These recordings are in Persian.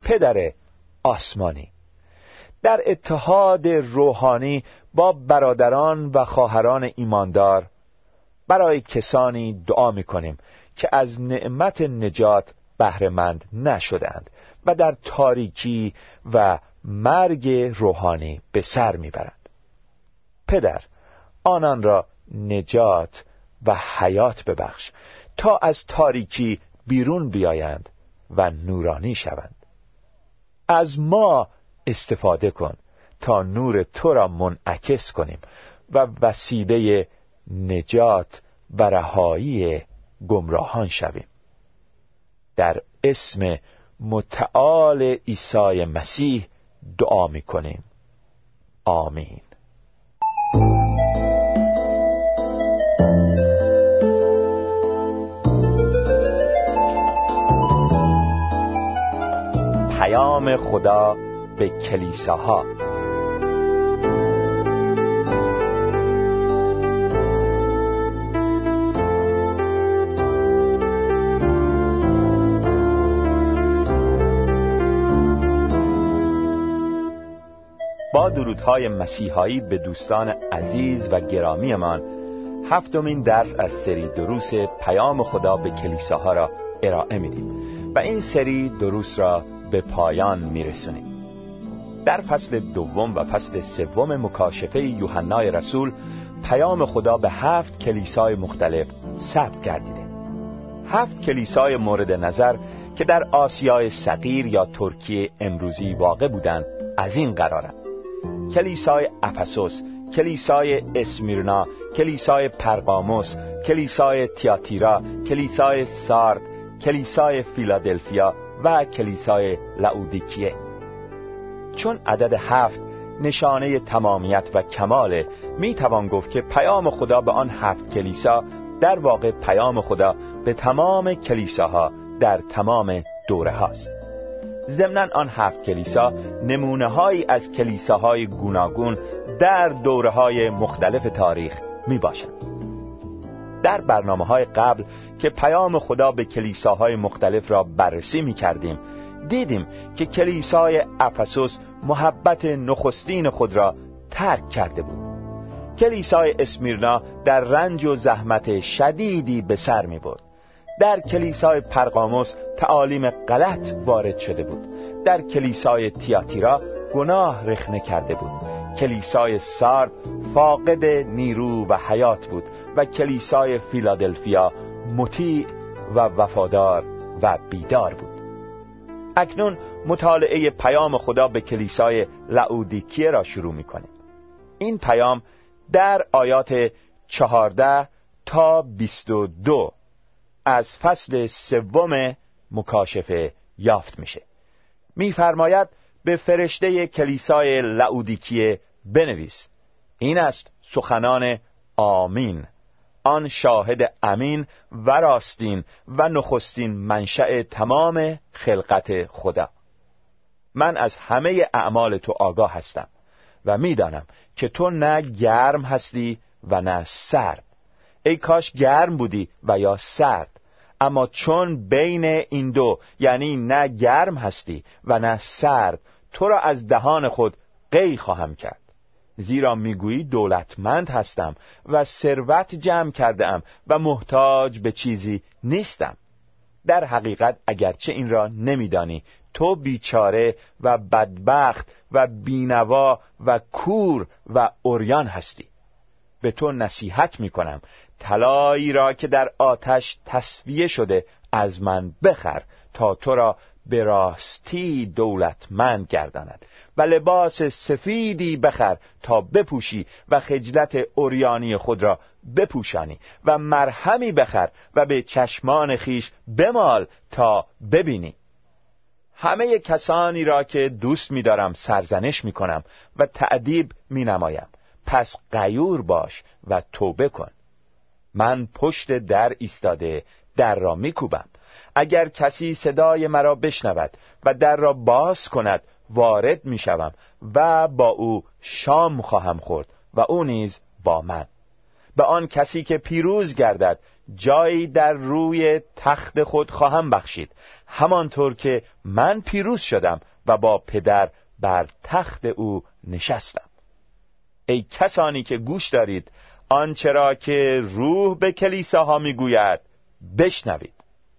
پدر آسمانی، در اتحاد روحانی با برادران و خواهران ایماندار برای کسانی دعا می‌کنیم که از نعمت نجات بهره‌مند نشدند و در تاریکی و مرگ روحانی به سر می‌برند. پدر، آنان را نجات و حیات ببخش تا از تاریکی بیرون بیایند و نورانی شوند. از ما استفاده کن تا نور تو را منعکس کنیم و وسیله نجات و رهایی گمراهان شویم. در اسم متعال عیسی مسیح دعا می‌کنیم. آمین. پیام خدا به کلیساها. با درودهای مسیحایی به دوستان عزیز و گرامیمان، هفتمین درس از سری دروس پیام خدا به کلیساها را ارائه می‌دیم و این سری دروس را به پایان می‌رسونیم. در فصل دوم و فصل سوم مکاشفه یوحنای رسول پیام خدا به 7 کلیسای مختلف ثبت گردیده. 7 کلیسای مورد نظر که در آسیای صغیر یا ترکیه امروزی واقع بودند از این قرارند: کلیسای افسوس، کلیسای اسمیرنا، کلیسای پرگاموس، کلیسای تیاتیرا، کلیسای سارد، کلیسای فیلادلفیا و کلیسای لاودیکیه. چون عدد 7 نشانه تمامیت و کمال، می توان گفت که پیام خدا به آن 7 کلیسا در واقع پیام خدا به تمام کلیساها در تمام دوره هاست. ضمناً آن 7 کلیسا نمونه هایی از کلیساهای گوناگون در دوره های مختلف تاریخ می باشند. در برنامه های قبل که پیام خدا به کلیساهای مختلف را بررسی می کردیم، دیدیم که کلیسای افسوس محبت نخستین خود را ترک کرده بود. کلیسای اسمیرنا در رنج و زحمت شدیدی به سر می برد. در کلیسای پرگاموس تعالیم غلط وارد شده بود. در کلیسای تیاتیرا گناه رخنه کرده بود. کلیسای سارد فاقد نیرو و حیات بود و کلیسای فیلادلفیا مطیع و وفادار و بیدار بود. اکنون مطالعه پیام خدا به کلیسای لاودیکیه را شروع می‌کنیم. این پیام در آیات 14 تا 22 از فصل سوم مکاشفه یافت میشه. می‌فرماید به فرشته کلیسای لاودیکیه بنویس: این است سخنان آمین، آن شاهد امین و راستین و نخستین منشأ تمام خلقت خدا. من از همه اعمال تو آگاه هستم و میدانم که تو نه گرم هستی و نه سرد. ای کاش گرم بودی و یا سرد. اما چون بین این دو، یعنی نه گرم هستی و نه سرد، تو را از دهان خود قی خواهم کرد. زیرا میگویی دولتمند هستم و ثروت جمع کردم و محتاج به چیزی نیستم. در حقیقت اگرچه این را نمیدانی، تو بیچاره و بدبخت و بینوا و کور و عریان هستی. به تو نصیحت میکنم طلایی را که در آتش تصفیه شده از من بخر تا تو را به راستی دولتمند گرداند، و لباس سفیدی بخر تا بپوشی و خجلت عریانی خود را بپوشانی، و مرهمی بخر و به چشمان خیش بمال تا ببینی. همه کسانی را که دوست می‌دارم سرزنش می‌کنم و تأدیب می‌نمایم. پس غیور باش و توبه کن. من پشت در ایستاده در را می‌کوبم. اگر کسی صدای مرا بشنود و در را باز کند، وارد می‌شوم و با او شام خواهم خورد و او نیز با من. به آن کسی که پیروز گردد جایی در روی تخت خود خواهم بخشید، همانطور که من پیروز شدم و با پدر بر تخت او نشستم. ای کسانی که گوش دارید آنچه را که روح به کلیساها میگوید بشنوید.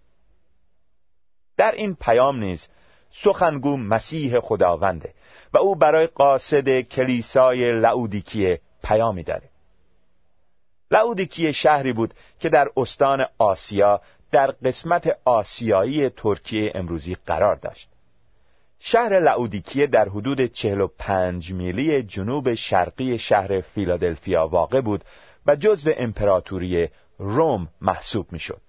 در این پیام نیز سخنگو مسیح خداونده و او برای قاصد کلیسای لئودیکیه پیامی داره. لئودیکیه شهری بود که در استان آسیا در قسمت آسیایی ترکیه امروزی قرار داشت. شهر لئودیکیه در حدود 45 میلی جنوب شرقی شهر فیلادلفیا واقع بود و جزو امپراتوری روم محسوب میشد.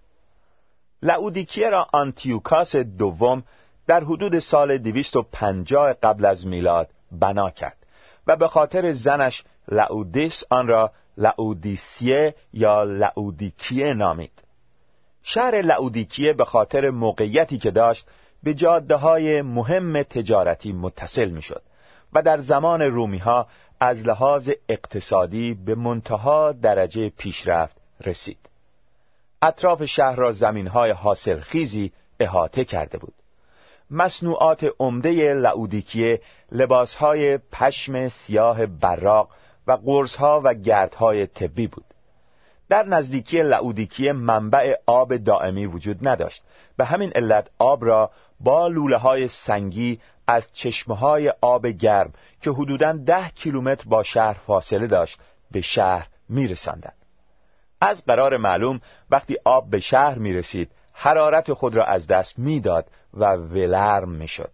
لئودیکیه را آنتیوکاس دوم در حدود سال 250 قبل از میلاد بنا کرد و به خاطر زنش لئودیس آن را لئودیسیه یا لئودیکیه نامید. شهر لئودیکیه به خاطر موقعیتی که داشت به جاده‌های مهم تجارتی متصل می‌شد و در زمان رومی‌ها از لحاظ اقتصادی به منتها درجه پیشرفت رسید. اطراف شهر را زمین‌های حاصلخیزی احاطه کرده بود. مصنوعات عمده لئودیکیه لباس‌های پشم سیاه براق و قرص‌ها و گردهای طبی بود. در نزدیکی لئودیکیه منبع آب دائمی وجود نداشت، به همین علت آب را با لوله‌های سنگی از چشمه‌های آب گرم که حدوداً 10 کیلومتر با شهر فاصله داشت به شهر می‌رساندند. از قرار معلوم وقتی آب به شهر می‌رسید حرارت خود را از دست می‌داد و ولرم می‌شد.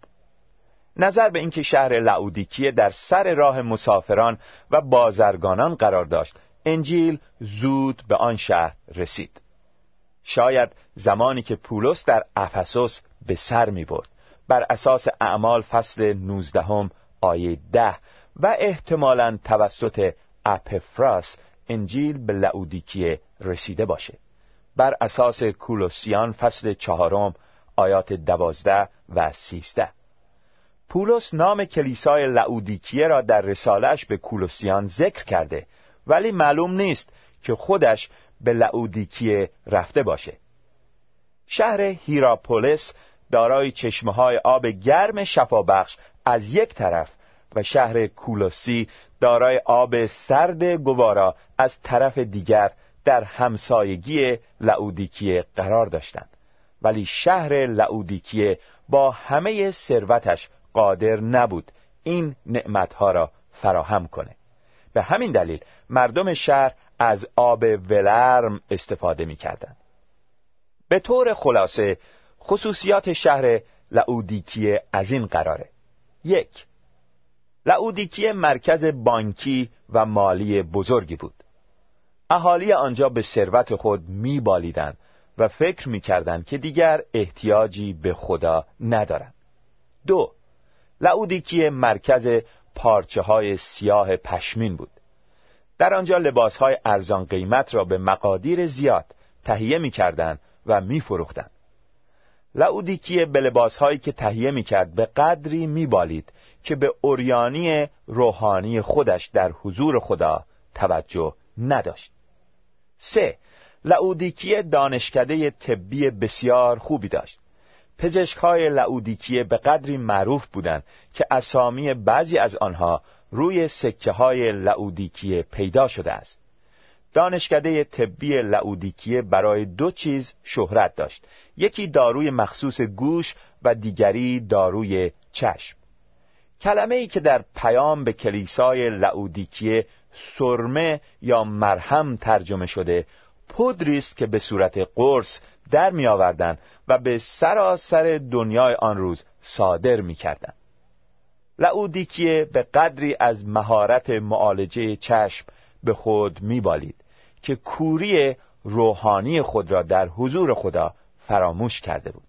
نظر به اینکه شهر لئودیکیه در سر راه مسافران و بازرگانان قرار داشت، انجیل زود به آن شهر رسید. شاید زمانی که پولس در افسوس به سر می برد بر اساس اعمال فصل 19 آیه 10 و احتمالاً توسط اپفراس انجیل به لئودیکیه رسیده باشه. بر اساس کولوسیان فصل 4 آیات 12 و 13. پولس نام کلیسای لئودیکیه را در رساله‌اش به کولوسیان ذکر کرده، ولی معلوم نیست که خودش به لئودیکیه رفته باشه. شهر هیراپولیس دارای چشمه‌های آب گرم شفابخش از یک طرف و شهر کولوسی دارای آب سرد گوارا از طرف دیگر در همسایگی لئودیکیه قرار داشتند، ولی شهر لئودیکیه با همه ثروتش قادر نبود این نعمتها را فراهم کنه. به همین دلیل مردم شهر از آب ولرم استفاده می کردن. به طور خلاصه خصوصیات شهر لئودیکیه از این قراره: 1. لئودیکیه مرکز بانکی و مالی بزرگی بود. اهالی آنجا به ثروت خود می بالیدن و فکر می کردن که دیگر احتیاجی به خدا ندارن. 2. لئودیکیه مرکز پارچه های سیاه پشمین بود. در آنجا لباس های ارزان قیمت را به مقادیر زیاد تهیه می کردن و می فروختن. لئودیکیه به لباس هایی که تهیه می کرد به قدری می بالید که به عریانی روحانی خودش در حضور خدا توجه نداشت. 3. لئودیکیه دانشکده طبی بسیار خوبی داشت. پزشک‌های لئودیکیه به قدری معروف بودند که اسامی بعضی از آنها روی سکه‌های لئودیکیه پیدا شده است. دانشکده طبی لئودیکیه برای 2 چیز شهرت داشت: یکی داروی مخصوص گوش و دیگری داروی چشم. کلمه‌ای که در پیام به کلیسای لئودیکیه سرمه یا مرهم ترجمه شده، پودری است که به صورت قرص در می آوردن و به سراسر دنیای آن روز صادر می کردن. لئودیکیه به قدری از مهارت معالجه چشم به خود می بالید که کوری روحانی خود را در حضور خدا فراموش کرده بود.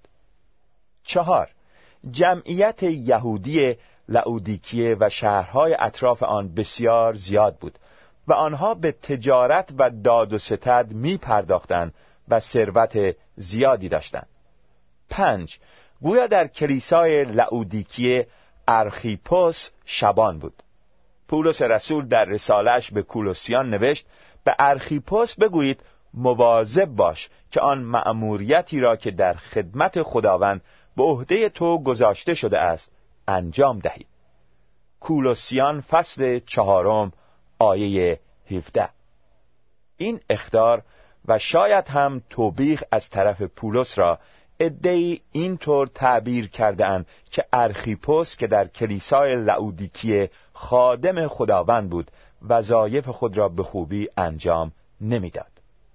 4. جمعیت یهودی لئودیکیه و شهرهای اطراف آن بسیار زیاد بود و آنها به تجارت و داد و ستد می پرداختند و ثروت زیادی داشتند. 5. گویا در کلیسای لئودیکیه ارخیپوس شبان بود. پولس رسول در رساله‌اش به کولوسیان نوشت: به ارخیپوس بگویید مواظب باش که آن مأموریتی را که در خدمت خداوند به عهده تو گذاشته شده است انجام دهی. کولوسیان فصل 4 آیه 17. این اخطار و شاید هم توبیخ از طرف پولس را عده‌ای اینطور تعبیر کرده‌اند که ارخیپوس که در کلیسای لئودیکیه خادم خداوند بود وظایف خود را به خوبی انجام نمیداد.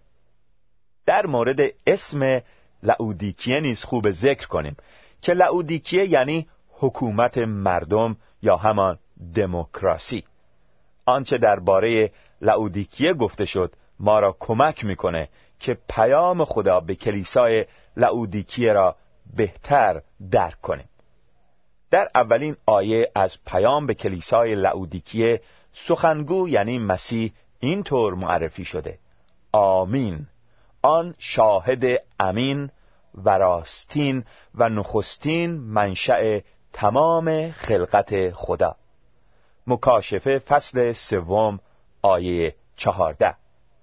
در مورد اسم لئودیکیه نیز خوب ذکر کنیم که لئودیکیه یعنی حکومت مردم یا همان دموکراسی. آنچه درباره لئودیکیه گفته شد ما را کمک میکنه که پیام خدا به کلیسای لئودیکیه را بهتر درک کنیم. در اولین آیه از پیام به کلیسای لئودیکیه سخنگو یعنی مسیح اینطور معرفی شده: آمین، آن شاهد امین و راستین و نخستین منشأ تمام خلقت خدا. مکاشفه فصل 3 آیه 14.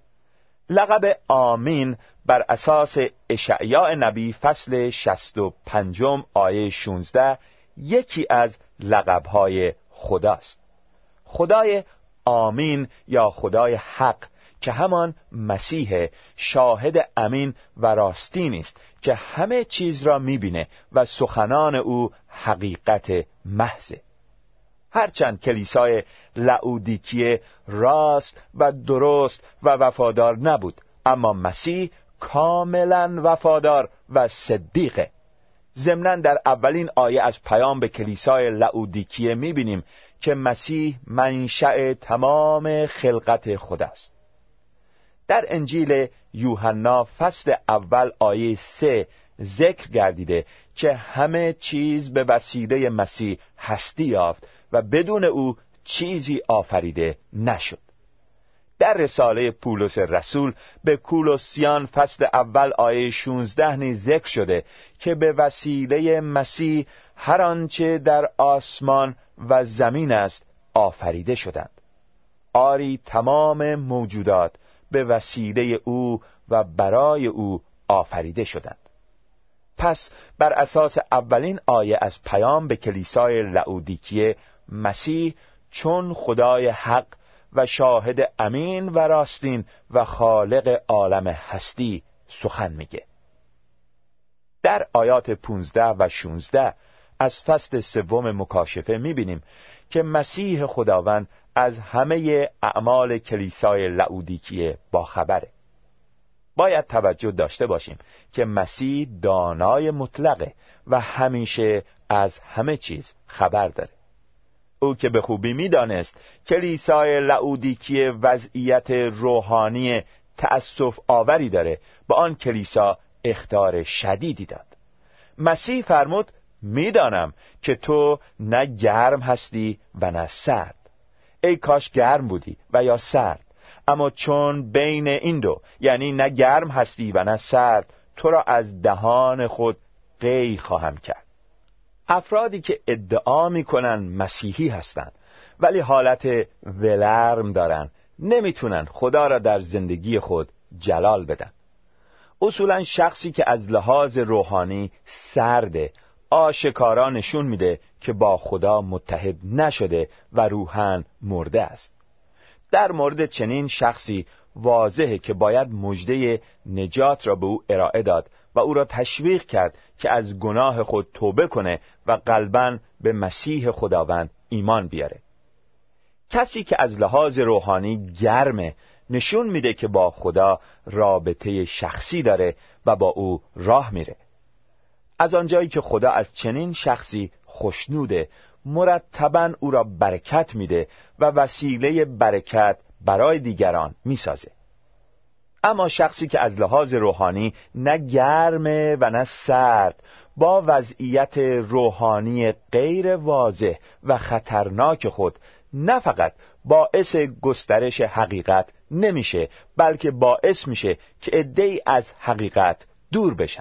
لقب آمین بر اساس اشعیا نبی فصل 65 آیه 16 یکی از لقب‌های خداست. خدای آمین یا خدای حق که همان مسیح شاهد امین و راستین است که همه چیز را می‌بینه و سخنان او حقیقت محضه. هرچند کلیسای لئودیکیه راست و درست و وفادار نبود، اما مسیح کاملا وفادار و صدیقه. ضمناً در اولین آیه از پیام به کلیسای لئودیکیه می‌بینیم که مسیح منشأ تمام خلقت خداست. در انجیل یوحنا فصل 1 آیه 3 ذکر گردیده که همه چیز به وسیله مسیح هستی یافت و بدون او چیزی آفریده نشد. در رساله پولس رسول به کولوسیان فصل 1 آیه 16 نیز ذکر شده که به وسیله مسیح هر آنچه در آسمان و زمین است آفریده شدند. آری تمام موجودات به وسیله او و برای او آفریده شدند. پس بر اساس اولین آیه از پیام به کلیسای لئودیکیه مسیح چون خدای حق و شاهد امین و راستین و خالق عالم هستی سخن میگه. در آیات 15 و 16 از فصل 3 مکاشفه میبینیم که مسیح خداوند از همه اعمال کلیسای لئودیکیه باخبره. باید توجه داشته باشیم که مسیح دانای مطلقه و همیشه از همه چیز خبر داره. او که به خوبی میدانست کلیسای لئودیکیه وضعیت روحانی تأسف آوری داره، به آن کلیسا اخطار شدیدی داد. مسیح فرمود: میدانم که تو نه گرم هستی و نه سرد. ای کاش گرم بودی و یا سرد، اما چون بین این دو یعنی نه گرم هستی و نه سرد، تو را از دهان خود قی خواهم کرد. افرادی که ادعا میکنن مسیحی هستند ولی حالت ولرم دارن نمیتونن خدا را در زندگی خود جلال بدن. اصولا شخصی که از لحاظ روحانی سرده آشکارا نشون میده که با خدا متحد نشده و روحاً مرده است. در مورد چنین شخصی واضحه که باید مژده نجات را به او ارائه داد و او را تشویق کرد که از گناه خود توبه کنه و قلباً به مسیح خداوند ایمان بیاره. کسی که از لحاظ روحانی گرمه نشون میده که با خدا رابطه شخصی داره و با او راه میره. از آنجایی که خدا از چنین شخصی خوشنوده، مرتباً او را برکت میده و وسیله برکت برای دیگران میسازه. اما شخصی که از لحاظ روحانی نه گرمه و نه سرد، با وضعیت روحانی غیر واضح و خطرناک خود نه فقط باعث گسترش حقیقت نمیشه، بلکه باعث میشه که عده‌ای از حقیقت دور بشن.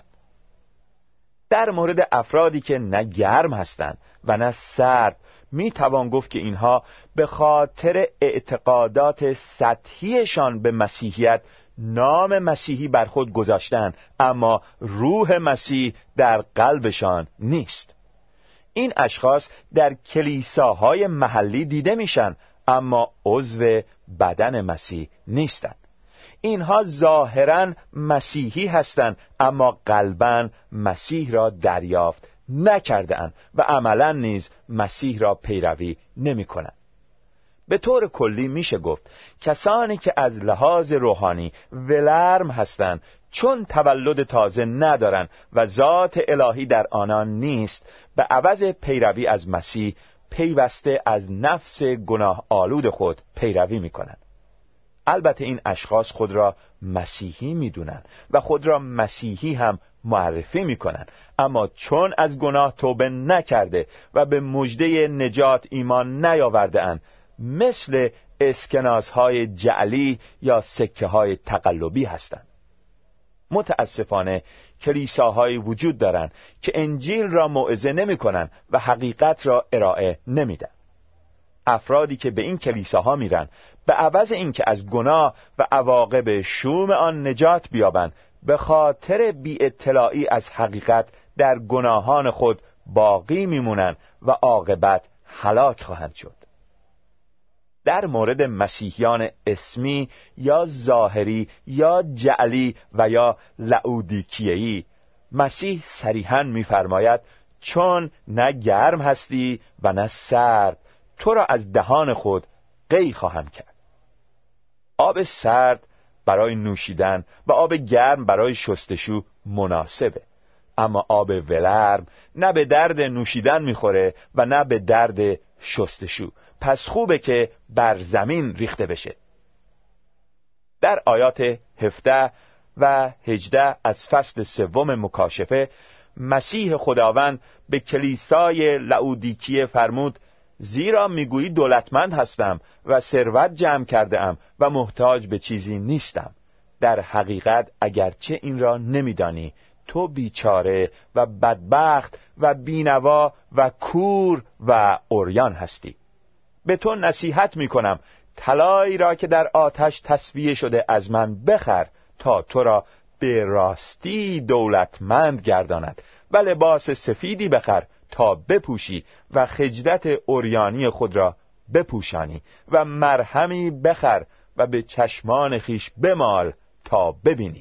در مورد افرادی که نه گرم هستند و نه سرد میتوان گفت که اینها به خاطر اعتقادات سطحیشان به مسیحیت نام مسیحی بر خود گذاشتن، اما روح مسیح در قلبشان نیست. این اشخاص در کلیساهای محلی دیده میشن، اما عضو بدن مسیح نیستن. اینها ظاهراً مسیحی هستند، اما قلباً مسیح را دریافت نکرده‌اند و عملاً نیز مسیح را پیروی نمی‌کنند. به طور کلی میشه گفت کسانی که از لحاظ روحانی ولرم هستند، چون تولد تازه ندارند و ذات الهی در آنان نیست، به عوض پیروی از مسیح پیوسته از نفس گناه آلود خود پیروی می‌کنند. البته این اشخاص خود را مسیحی می‌دونند و خود را مسیحی هم معرفی می‌کنند، اما چون از گناه توبه نکرده و به مژده نجات ایمان نیاورده‌اند، مثل اسکناس‌های جعلی یا سکه‌های تقلبی هستند. متاسفانه کلیساهایی وجود دارند که انجیل را موعظه نمی‌کنند و حقیقت را ارائه نمیدن. افرادی که به این کلیساها میرن، به عوض اینکه از گناه و عواقب شوم آن نجات بیابند، به خاطر بی اطلاعی از حقیقت در گناهان خود باقی میمونن و عاقبت هلاک خواهند شد. در مورد مسیحیان اسمی یا ظاهری یا جعلی و یا لئودیکیه‌ای، مسیح صریحاً می‌فرماید چون نه گرم هستی و نه سرد، تو را از دهان خود قی خواهم کرد. آب سرد برای نوشیدن و آب گرم برای شستشو مناسبه، اما آب ولرم نه به درد نوشیدن میخوره و نه به درد شستشو، پس خوبه که بر زمین ریخته بشه. در آیات 17 و 18 از فصل 3 مکاشفه، مسیح خداوند به کلیسای لئودیکیه فرمود زیرا میگویی دولتمند هستم و ثروت جمع کرده ام و محتاج به چیزی نیستم. در حقیقت اگرچه این را نمیدانی، تو بیچاره و بدبخت و بینوا و کور و عریان هستی. به تو نصیحت میکنم طلایی را که در آتش تصفیه شده از من بخر تا تو را به راستی دولتمند گرداند، و لباس سفیدی بخر تا بپوشی و خجلت عریانی خود را بپوشانی، و مرهمی بخر و به چشمان خیش بمال تا ببینی.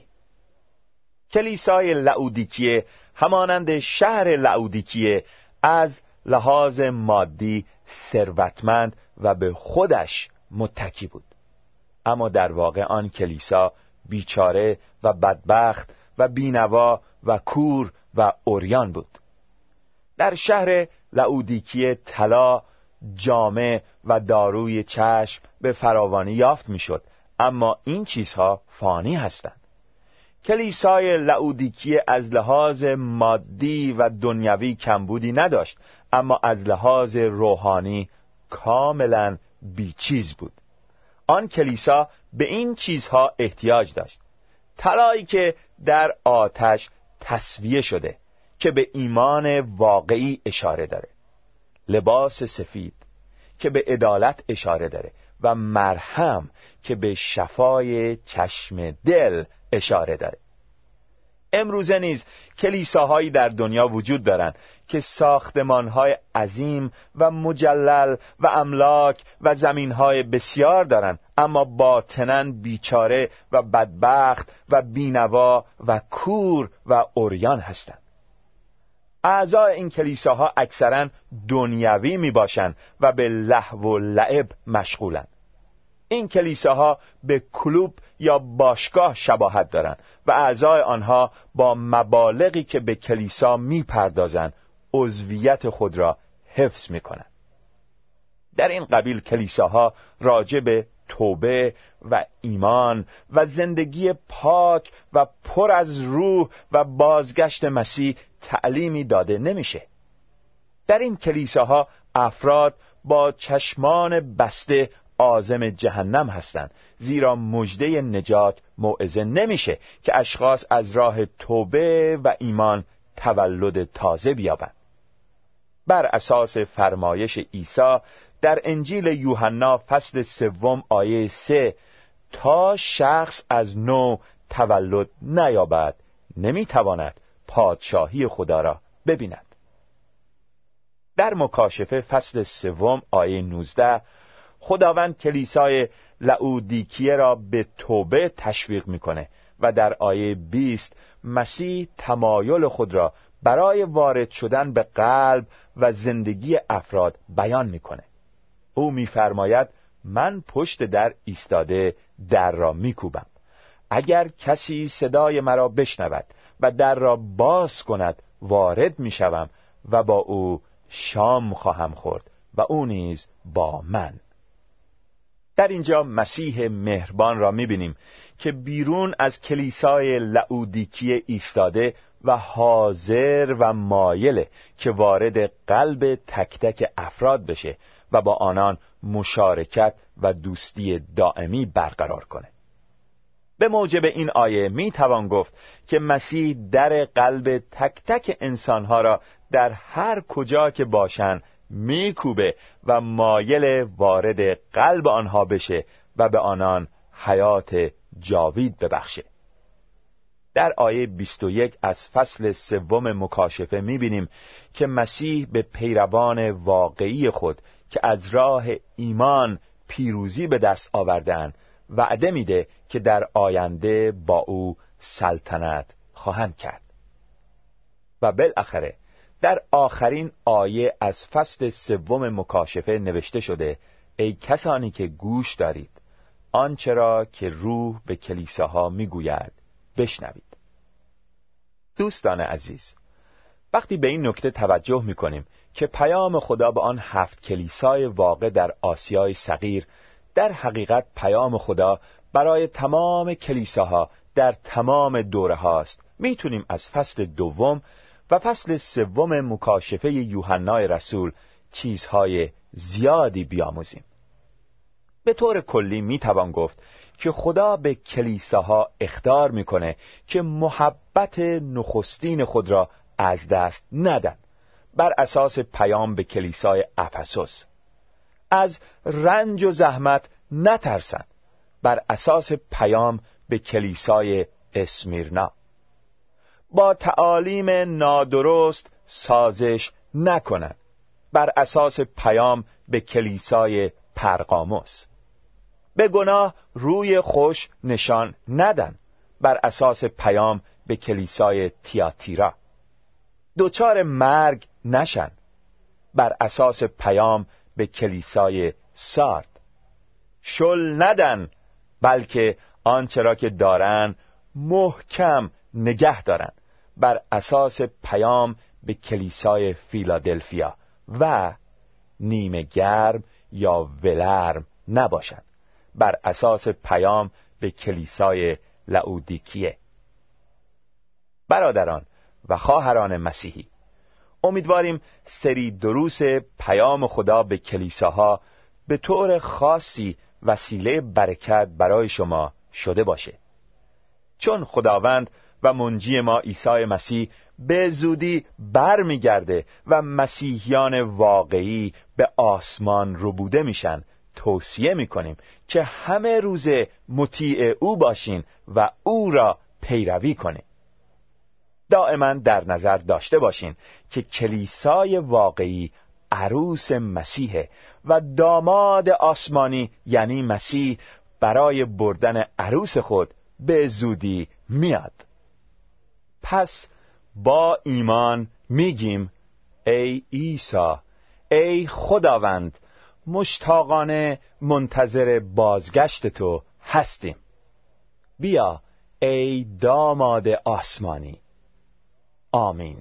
کلیسای لئودیکیه همانند شهر لئودیکیه از لحاظ مادی ثروتمند و به خودش متکی بود، اما در واقع آن کلیسا بیچاره و بدبخت و بینوا و کور و عریان بود. در شهر لئودیکیه طلا، جامه و داروی چشم به فراوانی یافت میشد، اما این چیزها فانی هستند. کلیسای لئودیکیه از لحاظ مادی و دنیوی کمبودی نداشت، اما از لحاظ روحانی کاملا بیچیز بود. آن کلیسا به این چیزها احتیاج داشت: طلایی که در آتش تصفیه شده که به ایمان واقعی اشاره داره، لباس سفید که به عدالت اشاره داره و مرهم که به شفای چشم دل اشاره داره. امروزه نیز کلیساهایی در دنیا وجود دارند که ساختمانهای عظیم و مجلل و املاک و زمینهای بسیار دارند، اما باطناً بیچاره و بدبخت و بینوا و کور و عریان هستند. اعضای این کلیساها اکثراً دنیوی می باشند و به لهو و لعب مشغولند. این کلیساها به کلوب یا باشگاه شباهت دارند و اعضای آنها با مبالغی که به کلیسا می پردازند عضویت خود را حفظ می کنند. در این قبیل کلیساها راجع به توبه و ایمان و زندگی پاک و پر از روح و بازگشت مسیح تعلیمی داده نمیشه. در این کلیساها افراد با چشمان بسته عازم جهنم هستند، زیرا مژده نجات موعظه نمیشه که اشخاص از راه توبه و ایمان تولد تازه بیابند. بر اساس فرمایش عیسی در انجیل یوحنا فصل 3 آیه 3 تا شخص از نو تولد نیابد نمیتواند پادشاهی خدا را ببیند. در مکاشفه فصل 3 آیه 19 خداوند کلیسای لئودیکیه را به توبه تشویق میکنه و در آیه 20 مسیح تمایل خود را برای وارد شدن به قلب و زندگی افراد بیان میکنه. او میفرماید من پشت در ایستاده در را میکوبم. اگر کسی صدای مرا بشنود و در را باز کند وارد میشوم و با او شام خواهم خورد و او نیز با من. در اینجا مسیح مهربان را می‌بینیم که بیرون از کلیسای لئودیکیه ایستاده و حاضر و مایل که وارد قلب تک تک افراد بشه و با آنان مشارکت و دوستی دائمی برقرار کنه. به موجب این آیه میتوان گفت که مسیح در قلب تک تک انسانها را در هر کجا که باشند میکوبه و مایل وارد قلب آنها بشه و به آنان حیات جاوید ببخشه. در آیه 21 از فصل 3 مکاشفه میبینیم که مسیح به پیروان واقعی خود که از راه ایمان پیروزی به دست آوردند وعده میده که در آینده با او سلطنت خواهند کرد. و بالاخره در آخرین آیه از فصل 3 مکاشفه نوشته شده ای کسانی که گوش دارید آنچه را که روح به کلیساها میگوید بشنوید. دوستان عزیز، وقتی به این نکته توجه میکنیم که پیام خدا به آن 7 کلیسای واقع در آسیای صغیر در حقیقت پیام خدا برای تمام کلیساها در تمام دوره هاست، میتونیم از فصل 2 و فصل 3 مکاشفه یوحنای رسول چیزهای زیادی بیاموزیم. به طور کلی میتوان گفت که خدا به کلیساها اخطار میکنه که محبت نخستین خود را از دست ندن. بر اساس پیام به کلیسای افسوس از رنج و زحمت نترسن. بر اساس پیام به کلیسای اسمیرنا با تعالیم نادرست سازش نکنند. بر اساس پیام به کلیسای پرگاموس به گناه روی خوش نشان ندن. بر اساس پیام به کلیسای تیاتیرا دوچار مرگ نشن. بر اساس پیام به کلیسای سارد شل ندن، بلکه آنچه را که دارن محکم نگه دارن. بر اساس پیام به کلیسای فیلادلفیا و نیمه گرم یا ولرم نباشند. بر اساس پیام به کلیسای لئودیکیه. برادران و خواهران مسیحی، امیدواریم سری دروس پیام خدا به کلیساها به طور خاصی وسیله برکت برای شما شده باشه. چون خداوند و منجی ما عیسی مسیح به زودی برمیگرده و مسیحیان واقعی به آسمان ربوده میشن، توصیه میکنیم که همه روزه مطیع او باشین و او را پیروی کنین. دائما در نظر داشته باشین که کلیسای واقعی عروس مسیحه و داماد آسمانی یعنی مسیح برای بردن عروس خود به زودی میاد. پس با ایمان میگیم ای عیسی، ای خداوند، مشتاقانه منتظر بازگشت تو هستیم. بیا ای داماد آسمانی. آمین.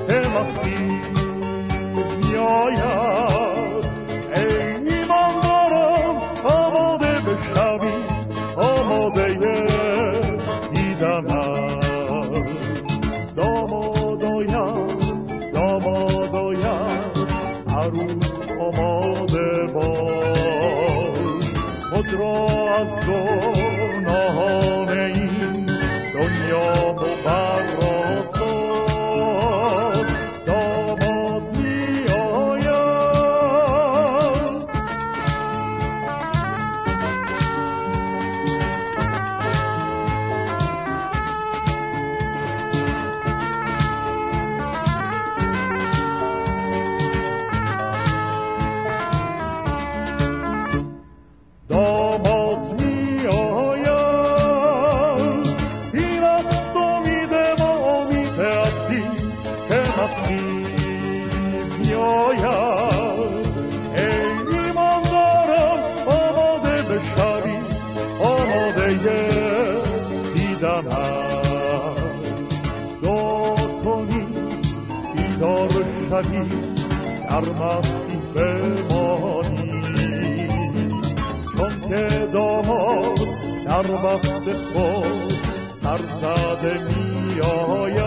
ای ایمان در مستی بمانی، چون که داماد در وقت خود سرزده می آید.